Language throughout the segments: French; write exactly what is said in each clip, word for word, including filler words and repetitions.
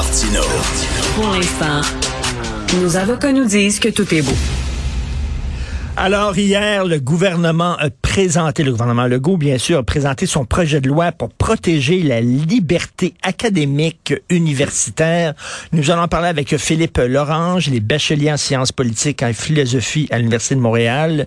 Martino. Pour l'instant, nos avocats nous disent que tout est beau. Alors, hier, le gouvernement a présenté, le gouvernement Legault, bien sûr, a présenté son projet de loi pour protéger la liberté académique universitaire. Nous allons parler avec Philippe Lorange, il est bachelier en sciences politiques et philosophie à l'Université de Montréal.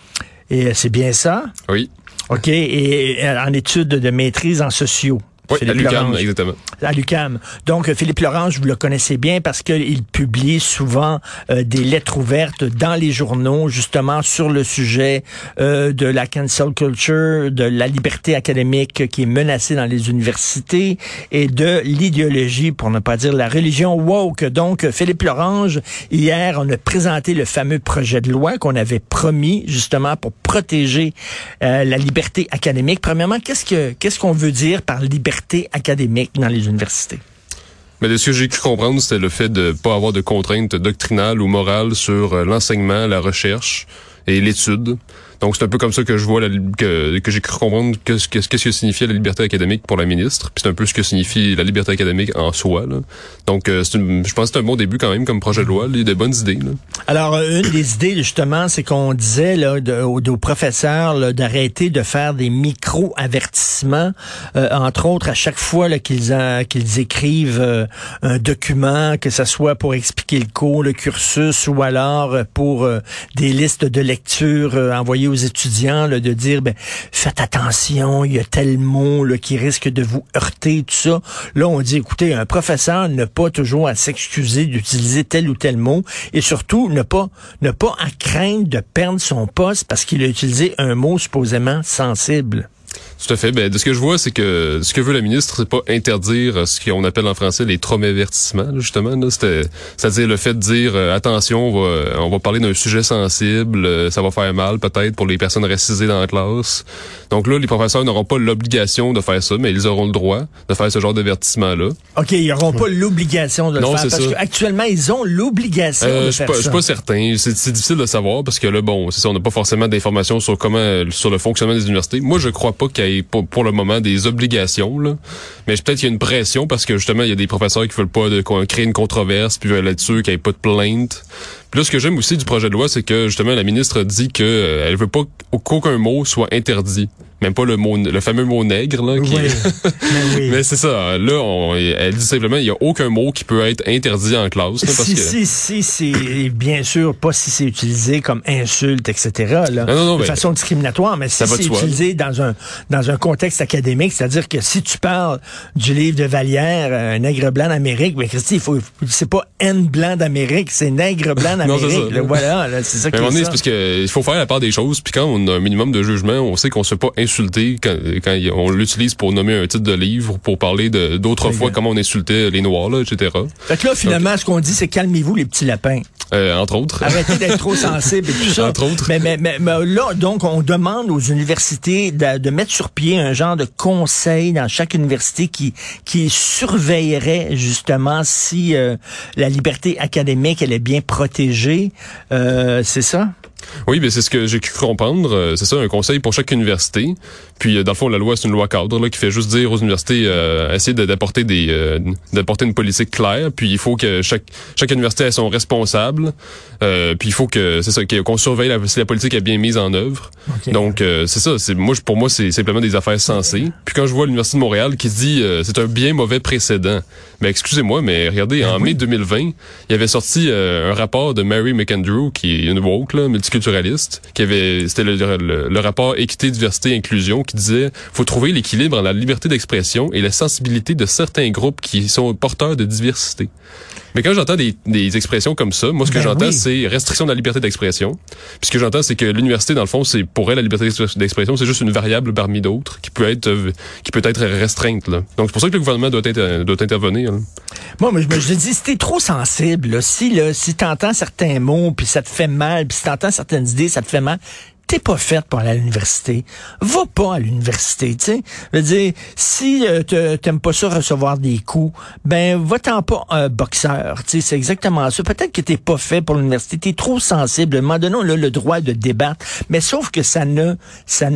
Et c'est bien ça? Oui. OK. Et en études de maîtrise en sociaux. Oui, Philippe à l'U Q A M, Lorange. exactement. À l'U Q A M. Donc, Philippe Lorange, vous le connaissez bien parce qu'il publie souvent euh, des lettres ouvertes dans les journaux, justement, sur le sujet euh, de la cancel culture, de la liberté académique qui est menacée dans les universités et de l'idéologie, pour ne pas dire la religion woke. Donc, Philippe Lorange, hier, on a présenté le fameux projet de loi qu'on avait promis, justement, pour protéger euh, la liberté académique. Premièrement, qu'est-ce que qu'est-ce qu'on veut dire par liberté académique dans les universités? Mais de ce que j'ai cru comprendre, c'était le fait de pas avoir de contraintes doctrinales ou morales sur euh, l'enseignement, la recherche et l'étude. Donc, c'est un peu comme ça que je vois, la, que, que j'ai cru comprendre que, que, qu'est-ce que signifiait la liberté académique pour la ministre. Puis c'est un peu ce que signifie la liberté académique en soi, là. Donc, euh, c'est une, je pense que c'est un bon début quand même comme projet de loi. Il y a des bonnes idées, là. Alors, une des idées, justement, c'est qu'on disait là, de, aux, aux professeurs là, d'arrêter de faire des micro-avertissements, euh, entre autres, à chaque fois là, qu'ils, a, qu'ils écrivent euh, un document, que ce soit pour expliquer le cours, le cursus, ou alors pour euh, des listes de lecture euh, envoyées aux étudiants, là, de dire, ben, faites attention, il y a tel mot là, qui risque de vous heurter, tout ça. Là, on dit, écoutez, un professeur n'a pas toujours à s'excuser d'utiliser tel ou tel mot, et surtout, ne pas, ne pas à craindre de perdre son poste parce qu'il a utilisé un mot supposément sensible. Tout à fait. Ben, de ce que je vois, c'est que ce que veut la ministre, c'est pas interdire ce qu'on appelle en français les traumavertissements, justement. Là. C'était, c'est-à-dire le fait de dire euh, attention, on va, on va parler d'un sujet sensible, euh, ça va faire mal peut-être pour les personnes racisées dans la classe. Donc là, les professeurs n'auront pas l'obligation de faire ça, mais ils auront le droit de faire ce genre d'avertissement-là. OK, ils n'auront pas l'obligation de le non, faire, parce ça. qu'actuellement, ils ont l'obligation euh, de je faire pas, ça. Je suis pas certain. C'est, c'est difficile de savoir parce que là, bon, c'est ça, on n'a pas forcément d'informations sur comment, sur le fonctionnement des universités. Moi, je crois pas qu'il y ait pour, pour le moment des obligations, là. Mais peut-être qu'il y a une pression parce que justement, il y a des professeurs qui veulent pas de, créer une controverse puis veulent être sûrs qu'il n'y ait pas de plainte. Puis là, ce que j'aime aussi du projet de loi, c'est que justement, la ministre dit que euh, elle veut pas qu'aucun mot soit interdit. Même pas le mot, le fameux mot nègre, là. Qui... Oui. Mais, oui. Mais c'est ça. Là, on, elle dit simplement, il y a aucun mot qui peut être interdit en classe. Là, parce si, que... si, si, c'est bien sûr pas si c'est utilisé comme insulte, et cetera. Là, non, non, non, de mais façon discriminatoire, mais si c'est utilisé dans un dans un contexte académique, c'est-à-dire que si tu parles du livre de Vallière, un nègre blanc d'Amérique, mais Christy, il faut, c'est pas N blanc d'Amérique, c'est nègre blanc d'Amérique. Non, c'est ça. Là, voilà, là, c'est ça qui est, est ça. C'est parce que il faut faire la part des choses. Puis quand on a un minimum de jugement, on sait qu'on se fait pas insulter quand quand on l'utilise pour nommer un titre de livre, pour parler de d'autres fois comment on insultait les Noirs, là, et cetera. Fait que là, finalement, donc, ce qu'on dit, c'est calmez-vous les petits lapins. Euh, entre autres. Arrêtez d'être trop sensible et tout ça. Entre autres. Mais, mais, mais, mais là, donc, on demande aux universités de, de mettre sur pied un genre de conseil dans chaque université qui qui surveillerait justement si euh, la liberté académique, elle est bien protégée. Euh, c'est ça? Oui, mais c'est ce que j'ai cru comprendre. C'est ça, un conseil pour chaque université. Puis, dans le fond, la loi, c'est une loi cadre là, qui fait juste dire aux universités euh, essayer d'apporter des euh, d'apporter une politique claire. Puis, il faut que chaque chaque université ait son responsable. Euh, puis, il faut que c'est ça qu'on surveille la, si la politique est bien mise en œuvre. Okay. Donc, euh, c'est ça. C'est moi, pour moi, c'est simplement des affaires sensées. Puis, quand je vois l'Université de Montréal qui dit euh, c'est un bien mauvais précédent. Mais excusez-moi, mais regardez, en mai deux mille vingt, il y avait sorti euh, un rapport de Mary McAndrew, qui est une woke, là, multiculturaliste, qui avait, c'était le, le, le rapport Équité, Diversité, Inclusion, qui disait faut trouver l'équilibre entre la liberté d'expression et la sensibilité de certains groupes qui sont porteurs de diversité. Mais quand j'entends des, des expressions comme ça, moi, ce que ben j'entends, oui. c'est restriction de la liberté d'expression. Puis ce que j'entends, c'est que l'université, dans le fond, c'est pour elle, la liberté d'expression, c'est juste une variable parmi d'autres qui peut être euh, qui peut être restreinte. Là. Donc, c'est pour ça que le gouvernement doit, être, doit intervenir. Là. Moi, mais je me je dis, si t'es trop sensible, là, si, là, si t'entends certains mots, puis ça te fait mal, puis si t'entends certaines idées, ça te fait mal, t'es pas faite pour aller à l'université. Va pas à l'université, tu sais. Je veux dire, si euh, t'aimes pas ça recevoir des coups, ben va-t'en pas un boxeur, tu sais, c'est exactement ça. Peut-être que t'es pas fait pour l'université, t'es trop sensible. À un moment donné, on a le droit de débattre, mais sauf que ça ne, ça ne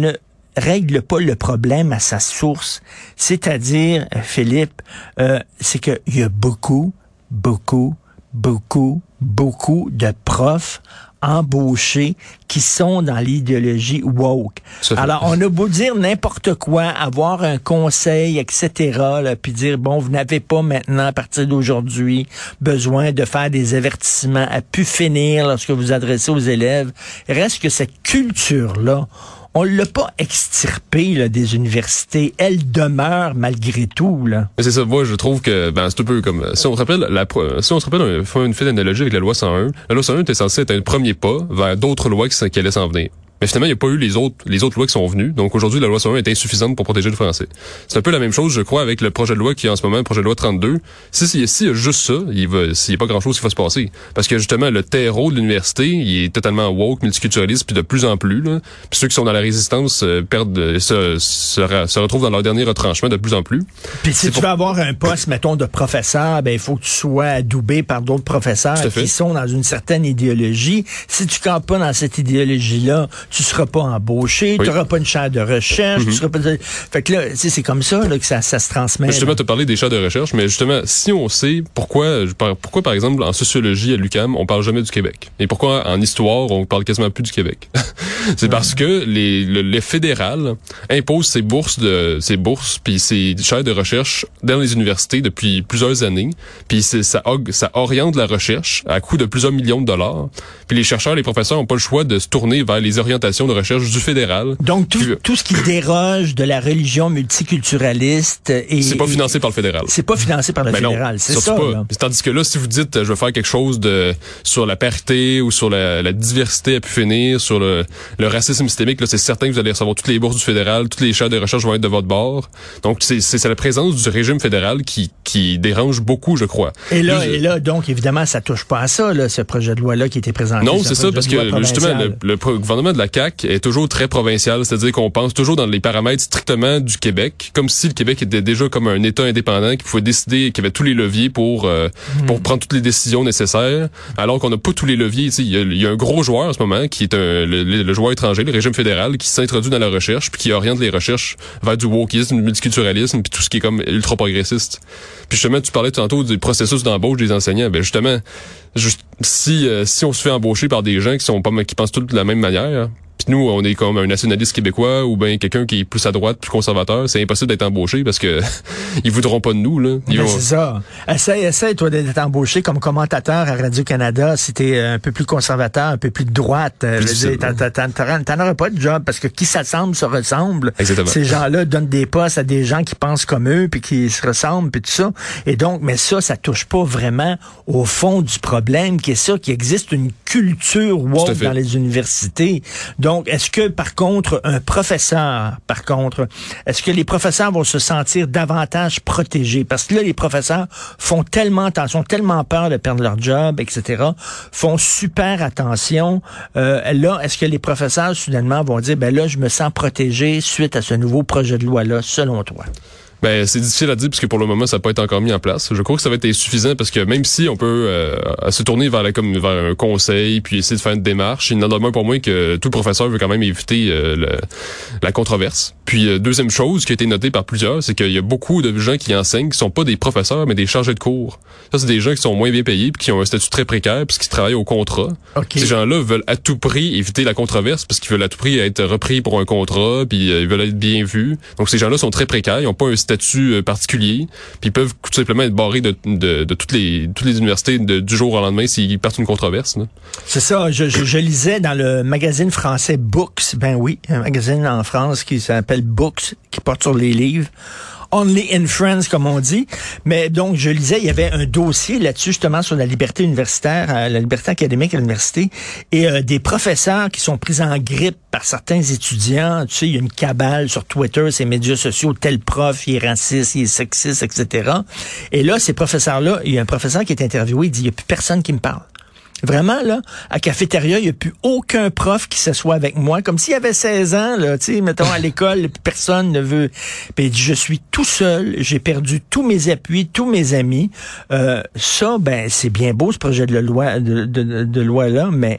règle pas le problème à sa source. C'est-à-dire, Philippe, euh, c'est qu'il y a beaucoup, beaucoup, beaucoup, beaucoup de profs embauchés qui sont dans l'idéologie woke. Alors, on a beau dire n'importe quoi, avoir un conseil, et cetera, là, puis dire, bon, vous n'avez pas maintenant, à partir d'aujourd'hui, besoin de faire des avertissements à pu finir lorsque vous adressez aux élèves. Il reste que cette culture-là, on l'a pas extirpée là, des universités. Elle demeure malgré tout. Là. Mais c'est ça, moi je trouve que ben, c'est un peu comme si on se rappelle la si on se rappelle un, une fait d'analogie avec la loi cent un, la loi cent un était censée être un premier pas vers d'autres lois qui, qui allaient s'en venir. Mais finalement, il n'y a pas eu les autres les autres lois qui sont venues. Donc aujourd'hui, la loi cent un est insuffisante pour protéger le français. C'est un peu la même chose, je crois, avec le projet de loi qui est en ce moment, le projet de loi trente-deux. Si s'il si y a juste ça, il va s'il n'y a pas grand-chose qui va se passer. Parce que justement, le terreau de l'université, il est totalement woke, multiculturaliste, puis de plus en plus. Là. Puis ceux qui sont dans la résistance euh, perdent euh, se, se, se retrouvent dans leur dernier retranchement de plus en plus. Puis si c'est tu pour... veux avoir un poste, mettons, de professeur, ben il faut que tu sois adoubé par d'autres professeurs qui sont dans une certaine idéologie. Si tu campes pas dans cette idéologie-là, tu seras pas embauché. Oui. Tu n'auras pas une chaire de recherche. Mm-hmm. Tu seras pas... Fait que là, c'est comme ça là, que ça, ça se transmet. Mais justement, tu as parlé des chaires de recherche, mais justement, si on sait pourquoi, pourquoi par exemple, en sociologie à l'U Q A M, on parle jamais du Québec, et pourquoi en histoire, on parle quasiment plus du Québec, c'est ouais. parce que les, le, le fédéral impose ses bourses de ses bourses puis ses chaires de recherche dans les universités depuis plusieurs années, puis ça, ça oriente la recherche à coût de plusieurs millions de dollars. Puis les chercheurs, les professeurs n'ont pas le choix de se tourner vers les orientations de recherche du fédéral. Donc, tout, puis, tout ce qui déroge de la religion multiculturaliste et... C'est pas financé par le fédéral. C'est pas financé par le ben fédéral, c'est ça. Là. Tandis que là, si vous dites, je veux faire quelque chose de sur la parité ou sur la, la diversité à pu finir, sur le, le racisme systémique, là, c'est certain que vous allez recevoir toutes les bourses du fédéral, toutes les chaires de recherche vont être de votre bord. Donc, c'est, c'est, c'est la présence du régime fédéral qui, qui dérange beaucoup, je crois. Et là, Juste, et là, donc, évidemment, ça touche pas à ça, là, ce projet de loi-là qui était présenté. Non, c'est ça, parce que, justement, le, le gouvernement de la C A Q est toujours très provincial, c'est-à-dire qu'on pense toujours dans les paramètres strictement du Québec, comme si le Québec était déjà comme un État indépendant qui pouvait décider, qui avait tous les leviers pour euh, mmh. pour prendre toutes les décisions nécessaires, alors qu'on n'a pas tous les leviers. Il y, a, il y a un gros joueur en ce moment qui est un, le, le joueur étranger, le régime fédéral, qui s'introduit dans la recherche puis qui oriente les recherches vers du wokisme, du multiculturalisme puis tout ce qui est comme ultra progressiste. Puis justement, tu parlais tantôt du processus d'embauche des enseignants. Ben justement, juste, si euh, si on se fait embaucher par des gens qui sont pas qui pensent tous de la même manière. Puis nous, on est comme un nationaliste québécois ou ben quelqu'un qui est plus à droite, plus conservateur. C'est impossible d'être embauché parce que ils voudront pas de nous là. Ils ben vont... C'est ça. Essaye, essaye toi d'être embauché comme commentateur à Radio-Canada si t'es un peu plus conservateur, un peu plus de droite. Plus t'en, t'en, t'en, t'en auras pas de job parce que qui s'assemble se ressemble. Exactement. Ces gens-là donnent des postes à des gens qui pensent comme eux puis qui se ressemblent puis tout ça. Et donc, mais ça, ça touche pas vraiment au fond du problème qui est ça, qu'il existe une culture woke dans les universités. Donc, Donc, est-ce que, par contre, un professeur, par contre, est-ce que les professeurs vont se sentir davantage protégés? Parce que là, les professeurs font tellement attention, tellement peur de perdre leur job, et cetera, font super attention. Euh, là, est-ce que les professeurs, soudainement, vont dire, ben là, je me sens protégé suite à ce nouveau projet de loi-là, selon toi? Ben c'est difficile à dire parce que pour le moment ça n'a pas été encore mis en place. Je crois que ça va être insuffisant parce que même si on peut euh, se tourner vers la comme vers un conseil puis essayer de faire une démarche, il n'en demeure pour moi que tout professeur veut quand même éviter euh, le, la controverse. Puis euh, deuxième chose qui a été notée par plusieurs, c'est qu'il y a beaucoup de gens qui enseignent qui sont pas des professeurs mais des chargés de cours. Ça c'est des gens qui sont moins bien payés puis qui ont un statut très précaire puis qui travaillent au contrat. Okay. Ces gens-là veulent à tout prix éviter la controverse parce qu'ils veulent à tout prix être repris pour un contrat puis euh, ils veulent être bien vus. Donc ces gens-là sont très précaires, ils ont pas un statut particulier, puis ils peuvent tout simplement être barrés de, de, de toutes les toutes les universités de, du jour au lendemain s'ils partent une controverse. Là. C'est ça, je, je, je lisais dans le magazine français Books, ben oui, un magazine en France qui s'appelle Books, qui porte sur les livres. Only in France, comme on dit. Mais donc, je lisais, il y avait un dossier là-dessus, justement, sur la liberté universitaire, euh, la liberté académique à l'université, et euh, des professeurs qui sont pris en grippe par certains étudiants. Tu sais, il y a une cabale sur Twitter, ces médias sociaux, tel prof, il est raciste, il est sexiste, et cetera. Et là, ces professeurs-là, il y a un professeur qui est interviewé, il dit, il n'y a plus personne qui me parle. Vraiment, là, à cafétéria, il n'y a plus aucun prof qui s'assoit avec moi, comme s'il avait seize ans, là, tu sais, mettons, à l'école, personne ne veut. Puis il dit, je suis tout seul, j'ai perdu tous mes appuis, tous mes amis. Euh, ça, ben, c'est bien beau, ce projet de loi, de, de, de loi-là, mais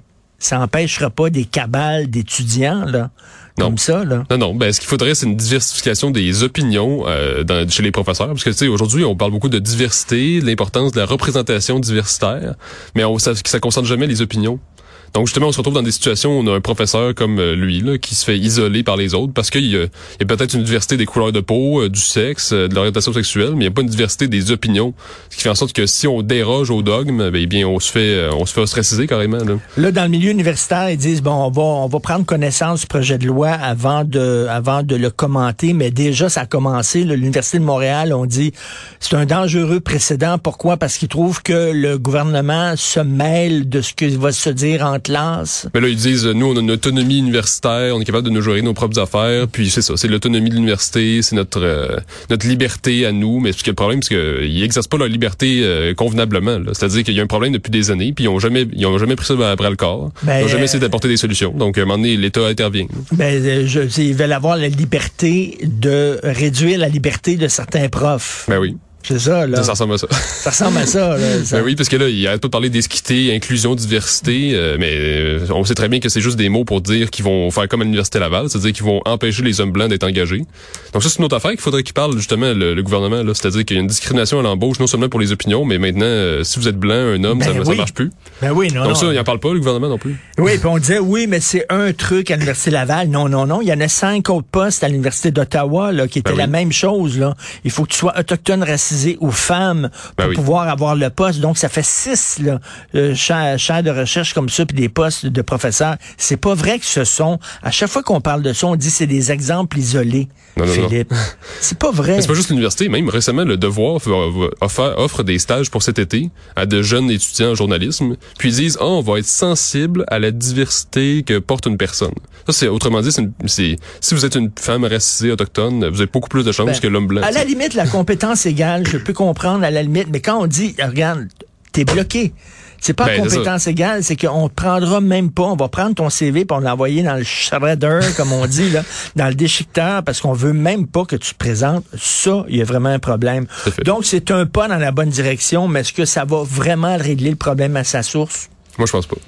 ça n'empêchera pas des cabales d'étudiants, là. Non. Comme ça, là. Non, non. Ben, ce qu'il faudrait, c'est une diversification des opinions euh, dans, chez les professeurs. Parce que, tu sais, aujourd'hui, on parle beaucoup de diversité, de l'importance de la représentation diversitaire, mais on, ça, ça concerne jamais les opinions. Donc, justement, on se retrouve dans des situations où on a un professeur comme lui, là, qui se fait isoler par les autres parce qu'il y a, il y a peut-être une diversité des couleurs de peau, euh, du sexe, euh, de l'orientation sexuelle, mais il n'y a pas une diversité des opinions. Ce qui fait en sorte que si on déroge au dogme, ben, eh bien, on se fait, on se fait ostraciser carrément, là. Là, dans le milieu universitaire, ils disent, bon, on va, on va prendre connaissance du projet de loi avant de, avant de le commenter, mais déjà, ça a commencé, là. L'Université de Montréal, on dit, c'est un dangereux précédent. Pourquoi? Parce qu'ils trouvent que le gouvernement se mêle de ce que va se dire en classe. Mais là, ils disent, nous, on a une autonomie universitaire, on est capable de nous gérer nos propres affaires, puis c'est ça, c'est l'autonomie de l'université, c'est notre euh, notre liberté à nous, mais ce qui est le problème, c'est qu'ils exercent pas leur liberté euh, convenablement, là. C'est-à-dire qu'il y a un problème depuis des années, puis ils ont jamais ils ont jamais pris ça à bras le corps, ben, ils ont jamais essayé d'apporter des solutions, donc à un moment donné, l'État intervient. Ben, je, ils veulent avoir la liberté de réduire la liberté de certains profs. Ben oui. C'est ça, là. Ça, ça ressemble à ça. Ça ressemble à ça, là. Ça. Ben oui, parce que là, il arrête pas de parler d'équité, inclusion, diversité, euh, mais euh, on sait très bien que c'est juste des mots pour dire qu'ils vont faire comme à l'Université Laval, c'est-à-dire qu'ils vont empêcher les hommes blancs d'être engagés. Donc ça, c'est une autre affaire qu'il faudrait qu'il parle, justement, le, le gouvernement, là. C'est-à-dire qu'il y a une discrimination à l'embauche, non seulement pour les opinions, mais maintenant, euh, si vous êtes blanc, un homme, ben ça, oui. ça marche plus. Ben oui, non, Donc non. ça, il en parle pas, le gouvernement, non plus. Oui, puis on disait, oui, mais c'est un truc à l'Université Laval. Non, non, non. Il y en a cinq autres postes à l'Université d'Ottawa, là, qui étaient ben oui. la même chose, là. Il faut que tu sois autochtone, racisé ou femme pour ben oui. pouvoir avoir le poste. Donc, ça fait six là, euh, chaires, chaires de recherche comme ça, puis des postes de professeurs. C'est pas vrai que ce sont... À chaque fois qu'on parle de ça, on dit que c'est des exemples isolés, non, non, Philippe. Non. C'est pas vrai. Mais c'est pas juste l'université. Même récemment, le Devoir offre, offre des stages pour cet été à de jeunes étudiants en journalisme. Puis ils disent, oh, on va être sensible à la diversité que porte une personne. Ça, c'est autrement dit, c'est, une, c'est si vous êtes une femme racisée autochtone, vous avez beaucoup plus de chances ben, que l'homme blanc. À la limite, la compétence égale, je peux comprendre à la limite, mais quand on dit, regarde, t'es bloqué. C'est pas ben, compétence égale, c'est qu'on te prendra même pas. On va prendre ton C V puis on l'envoyer dans le shredder, comme on dit, là, dans le déchiqueteur, parce qu'on veut même pas que tu te présentes. Ça, il y a vraiment un problème. Donc, c'est un pas dans la bonne direction, mais est-ce que ça va vraiment régler le problème à sa source? Moi, je pense pas.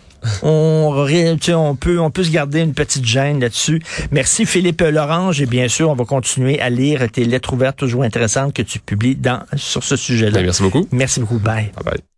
On, on peut on peut se garder une petite gêne là-dessus. Merci Philippe Lorange et bien sûr, on va continuer à lire tes lettres ouvertes toujours intéressantes que tu publies dans sur ce sujet-là. Bien, merci beaucoup. Merci beaucoup. Bye. Bye bye.